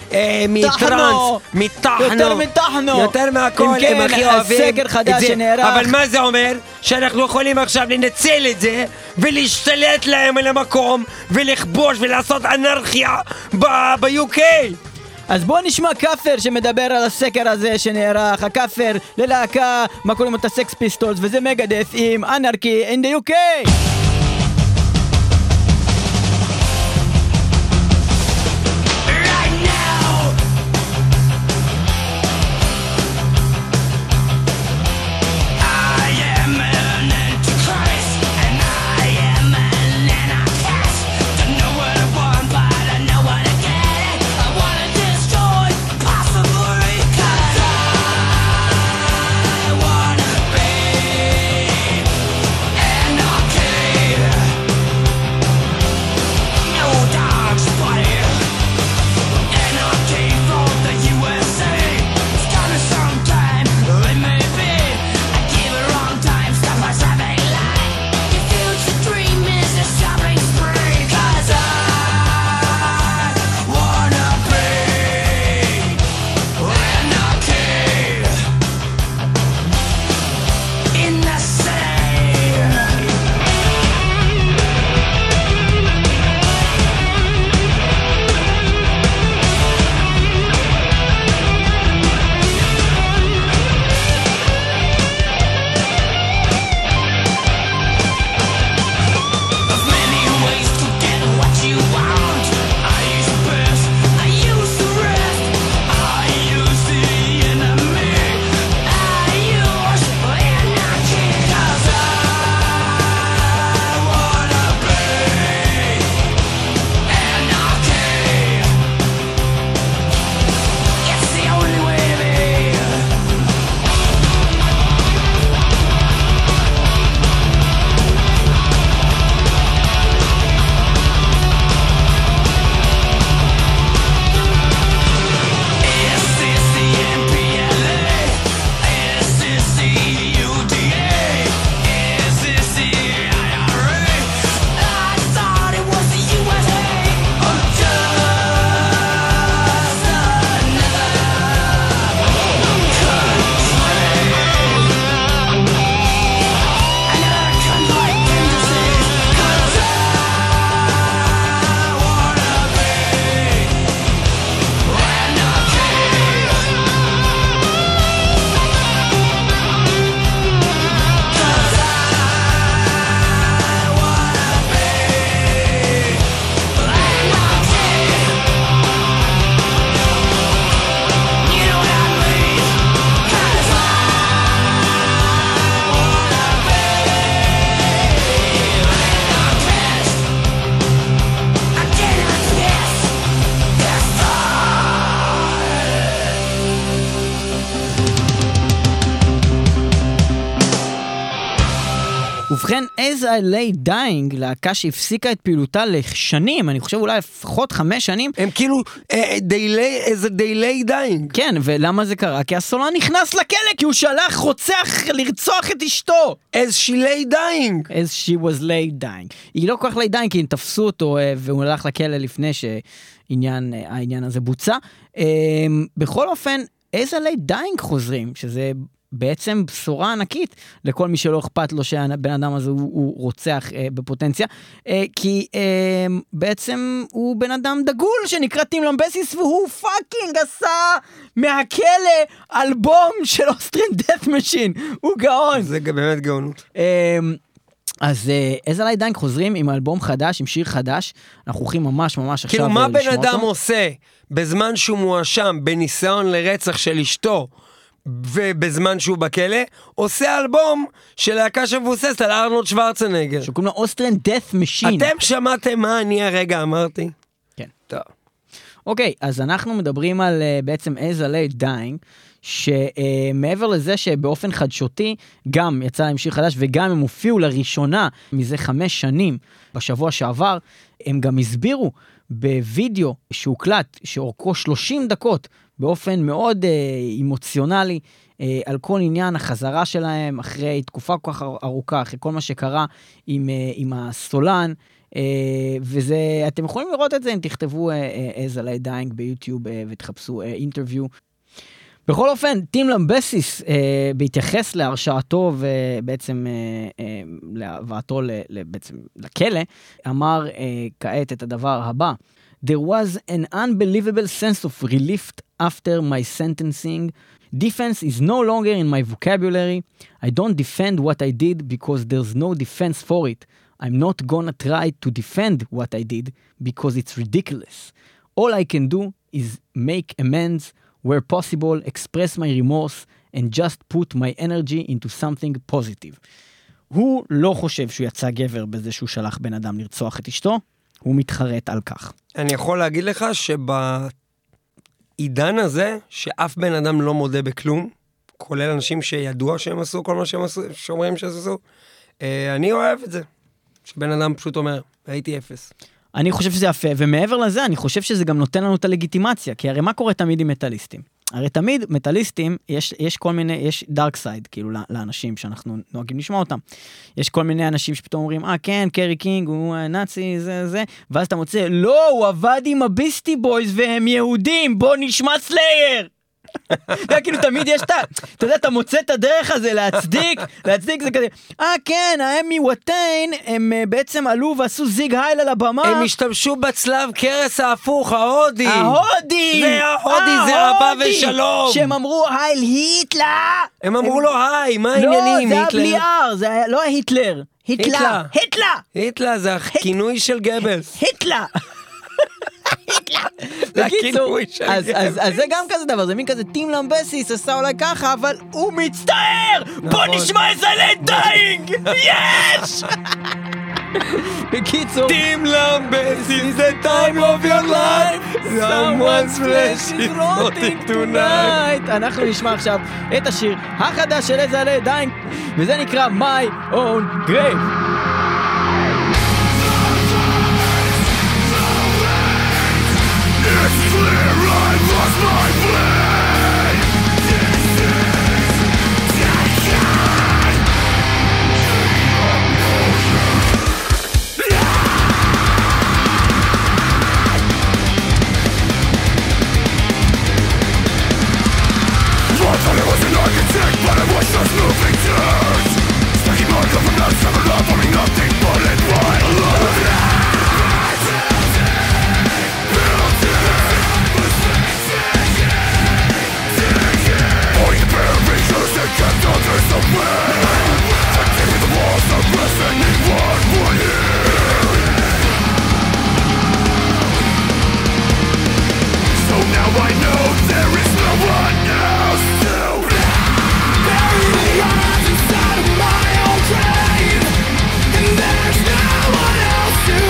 מטרנס, יותר מהכל, הם הכי אוהבים את זה. אבל מה זה אומר? שאנחנו יכולים עכשיו לנצל את זה ולהשתלט להם על המקום ולכבוש ולעשות אנרכיה ב-UK. אז בואו נשמע קאפר שמדבר על הסקר הזה שנערך, הקאפר ללהקה, מה קוראים אותה סקס פיסטולס, וזה מגדף עם אנרכי in the UK. ובכן, As I Lay Dying, להקה שהפסיקה את פעילותה לשנים, אני חושב אולי לפחות 5 שנים. הם כאילו, as a they lay dying. כן, ולמה זה קרה? כי הסולן נכנס לכלא, כי הוא שלח רוצח לרצוח את אשתו. As she lay dying. As she was lay dying. היא לא כל כך lay dying, כי הם תפסו אותו, והוא הלך לכלא לפני שהעניין הזה בוצע. בכל אופן, As I Lay Dying חוזרים, שזה בעצם בשורה ענקית לכל מי שלא אכפת לו שהבן אדם הזה הוא רוצח בפוטנציה, כי בעצם הוא בן אדם דגול שנקרא טים למבסיס, והוא פאקינג עשה מהכלא אלבום של אוסטרין דאט משין, הוא גאון. זה באמת גאונות. אז איזה עלי דיינג חוזרים עם אלבום חדש, עם שיר חדש, אנחנו הולכים ממש ממש עכשיו כאילו לשמוע אותו. מה בן אדם עושה בזמן שהוא מואשם בניסיון לרצח של אשתו, ובזמן שהוא בכלא, עושה אלבום של להקה שמבוססת על ארנולד שוורצנגר. שקוראים לו אוסטרין דאט משין. אתם שמעתם מה אני הרגע אמרתי? כן. טוב. אוקיי, אז אנחנו מדברים על בעצם איזה עלי דיינג, שמעבר לזה שבאופן חדשותי גם יצא להם שיר חדש, וגם הם הופיעו לראשונה מזה 5 שנים בשבוע שעבר, הם גם הסבירו בווידאו שהוקלט, שאורכו 30 דקות, באופן מאוד אמוציונלי, על כל עניין החזרה שלהם, אחרי תקופה כל כך ארוכה, אחרי כל מה שקרה עם הסולן, וזה, אתם יכולים לראות את זה אם תכתבו איזה עלי דיינג ביוטיוב ותחפשו אינטרוויו. בכל אופן, טים למבסיס, בהתייחס להרשעתו ובעצם להבאתו בעצם לכלא, אמר כעת את הדבר הבא. There was an unbelievable sense of relief after my sentencing. Defense is no longer in my vocabulary. I don't defend what I did because there's no defense for it. I'm not gonna try to defend what I did because it's ridiculous. All I can do is make amends where possible, express my remorse, and just put my energy into something positive. הוא לא חושב שהוא יצא גבר בזה שהוא שלח בן אדם לרצוח את אשתו, הוא מתחרט על כך. אני יכול להגיד לך שבעידן הזה, שאף בן אדם לא מודה בכלום, כולל אנשים שידוע שהם עשו כל מה שהם עשו, שאומרים שעשו, אני אוהב את זה. שבן אדם פשוט אומר, הייתי אפס. אני חושב שזה יפה, ומעבר לזה, אני חושב שזה גם נותן לנו את הלגיטימציה, כי הרי מה קורה תמיד עם מטליסטים? הרי תמיד מטליסטים, יש כל מיני, יש דארק סייד, כאילו, לאנשים שאנחנו נוהגים לשמוע אותם. יש כל מיני אנשים שפתאום אומרים, כן, קרי קינג, הוא נאצי, זה, ואז אתה מוצא, לא, הוא עבד עם הביסטי בויז, והם יהודים, בוא נשמע סלייר! כאילו תמיד יש אתה יודע, אתה מוצא את הדרך הזה להצדיק זה כזה, כן, הם מווטיין, הם בעצם עלו ועשו זיג הייל על הבמה. הם השתמשו בצלב קרס ההפוך, ההודי. זה ההודי, זה אהבה ושלום. שהם אמרו הייל היטלר. הם אמרו לו היי, מה העניינים? לא, זה היה בלי אר, זה היה לא היטלר. היטלר זה הכינוי של גבלס. היטלר. בקיצור, אז זה גם כזה דבר, זה מין כזה טים למבסיס עשה אולי ככה, אבל הוא מצטער! בוא נשמע איזה לדיינג! יש! בקיצור, טים למבסיס, the time of your life, someone's flesh is rotting tonight. אנחנו נשמע עכשיו את השיר החדש של איזה לדיינג, וזה נקרא My Own Grave. It's clear I lost my blade. This is dead. I thought I was an architect, but I was just moving dirt. Stacking mark up from that summer love, forming nothing but it wild. Kept others away. Forgiving the walls of blessing in one more year. So now I know there is no one else to bury the eyes inside of my own grave. And there's no one else to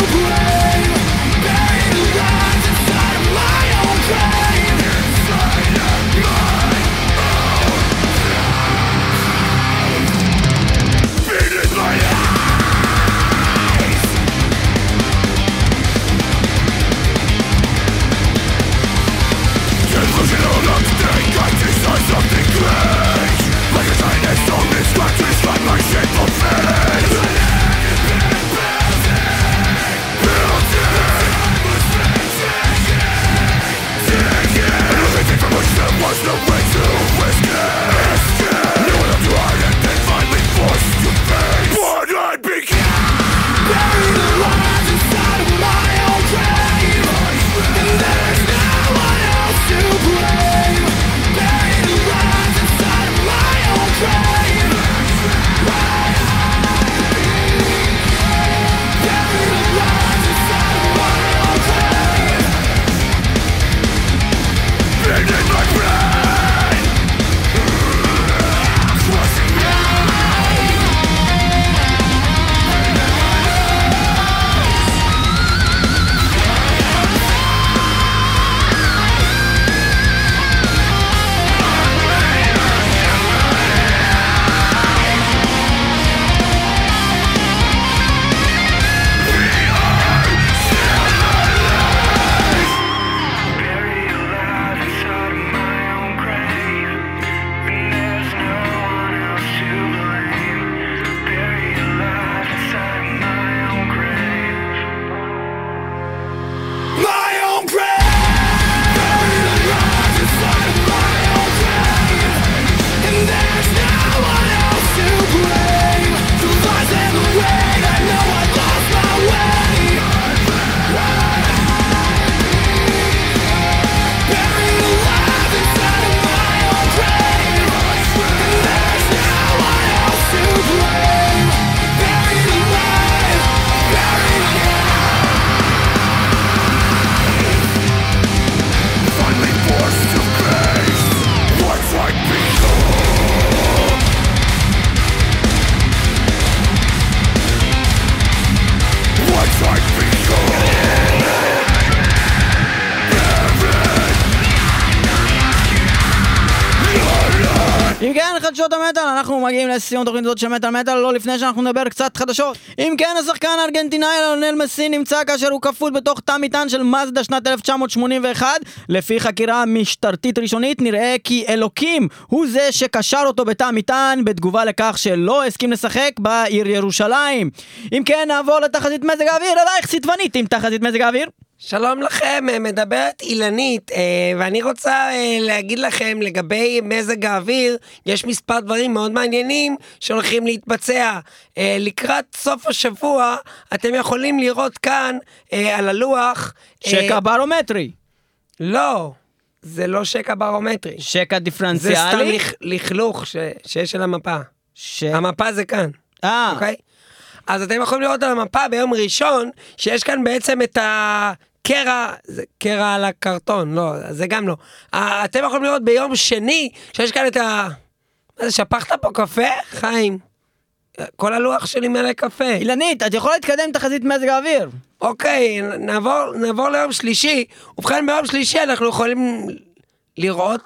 אם כן, חדשות המטל, אנחנו מגיעים לסיום תוכנית הזאת של מטל מטל, לא לפני שאנחנו נדבר קצת חדשות. אם כן, השחקן הארגנטינאי ליונל מסי נמצא כאשר הוא כפות בתוך תא מטען של מזדה שנת 1981. לפי חקירה משטרתית ראשונית, נראה כי אלוקים הוא זה שקשר אותו בתא מטען בתגובה לכך שלא הסכים לשחק בעיר ירושלים. אם כן, נעבור לתחזית מזג האוויר, אלייך סיטבנית עם תחזית מזג האוויר. שלום לכם, מדברת אילנית, ואני רוצה להגיד לכם לגבי מזג האוויר, יש מספר דברים מאוד מעניינים שהולכים להתבצע. לקראת סוף השבוע, אתם יכולים לראות כאן על הלוח... שקע ברומטרי. לא, זה לא שקע ברומטרי. שקע דיפרנציאלי? זה סתם לכלוך שיש על המפה. המפה זה כאן. אוקיי? אז אתם יכולים לראות על המפה ביום ראשון, שיש כאן בעצם את הקרע, זה קרע על הקרטון, לא, זה גם לא. אתם יכולים לראות ביום שני, שיש כאן את מה זה, שפכת פה קפה? חיים. כל הלוח שלי מלא קפה. אילנית, את יכולה להתקדם תחזית מזג האוויר. אוקיי, נעבור ליום שלישי. ובכן ביום שלישי אנחנו יכולים לראות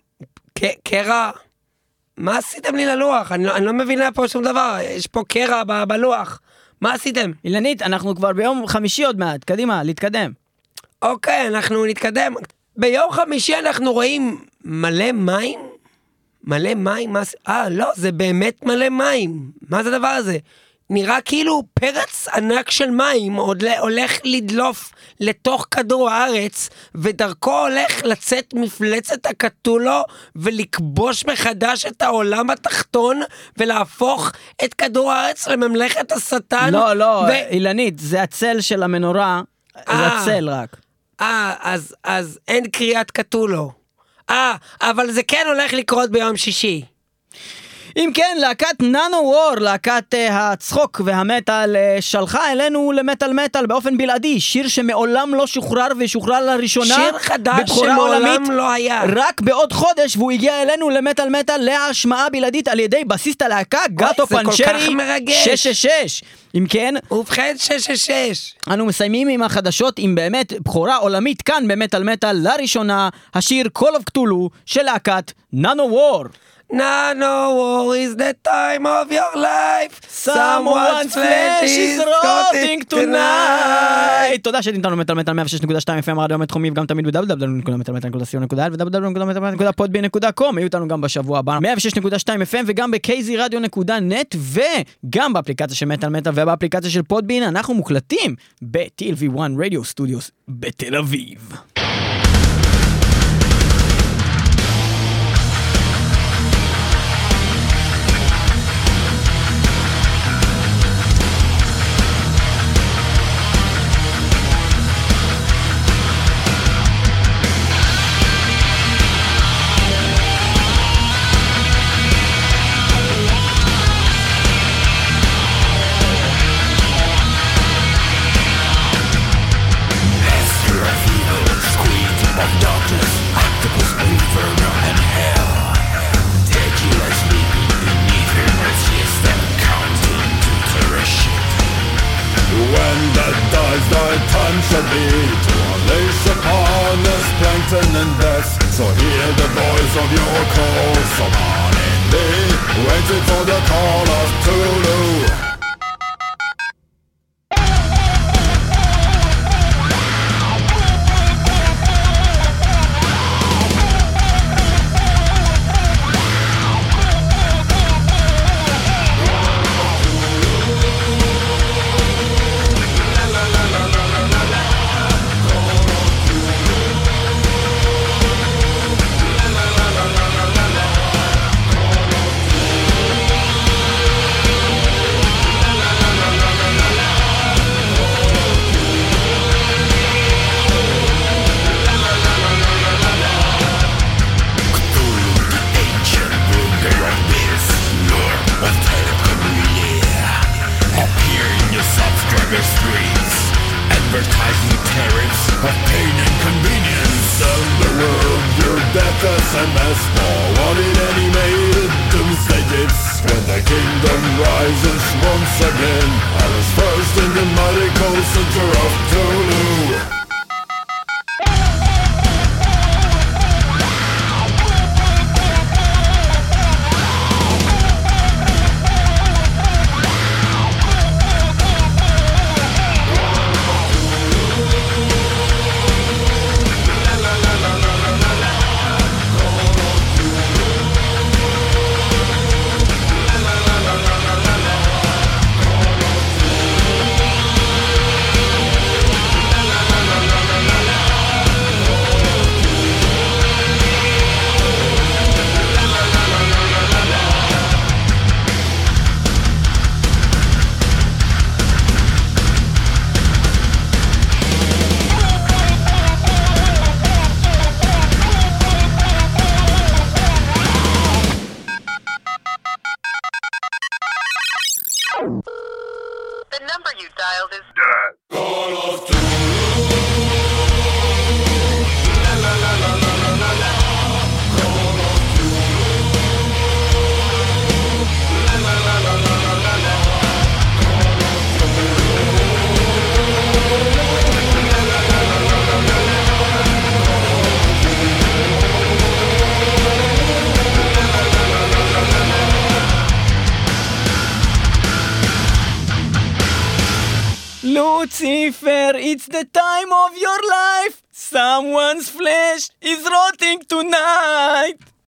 קרע. מה עשיתם לי ללוח? אני לא מבינה פה שום דבר, יש פה קרע בלוח. מה עשיתם? אילנית, אנחנו כבר ביום חמישי עוד מעט, קדימה, להתקדם. אוקיי, אנחנו נתקדם. ביום חמישי אנחנו רואים מלא מים? מלא מים? לא, זה באמת מלא מים. מה זה הדבר הזה? נראה כאילו פרץ ענק של מים הולך לדלוף לתוך כדור הארץ, ודרכו הולך לצאת מפלצת הקטולו ולכבוש מחדש את העולם התחתון ולהפוך את כדור הארץ לממלכת השטן. לא, אילנית, זה הצל של המנורה, זה הצל רק. אז אין קריאת קטולו. אבל זה כן הולך לקרות ביום שישי. אם כן, להקת ננו וור, להקת הצחוק והמטל, שלחה אלינו למטל מטל באופן בלעדי, שיר שמעולם לא שוחרר ושוחרר לראשונה. שיר חדש שמעולם לא היה. רק בעוד חודש, והוא הגיע אלינו למטל מטל להשמעה בלעדית על ידי בסיסט הלהקה, גאטו פנצ'רי 666. אם כן, ובכן 666. אנו מסיימים עם החדשות עם באמת בחורה עולמית כאן במטל מטל לראשונה, השיר Call of Cthulhu של להקת ננו וור. Nano war is the time of your life. Someone's flesh is rotting tonight. תודה שהייתם איתנו מטל מטל 106.2 FM רדיו בינתחומי, וגם תמיד ב-www.מטלמטל.co.il ו-www.podbean.com. היו איתנו גם בשבוע הבא 106.2 FM וגם ב-kzradio.net וגם באפליקציה של מטל מטל ובאפליקציה של פודבין. אנחנו מוקלטים ב-TLV1 Radio Studios בתל אביב. So hear the voice of your call. Someone in me waiting for the call of Cthulhu. SMS forwarded animated doomsday gifts. When the kingdom rises once again, Alice first in the mighty cold center of Cthulhu. child is dead. Lucifer, it's the time of your life. Someone's flesh is rotting tonight.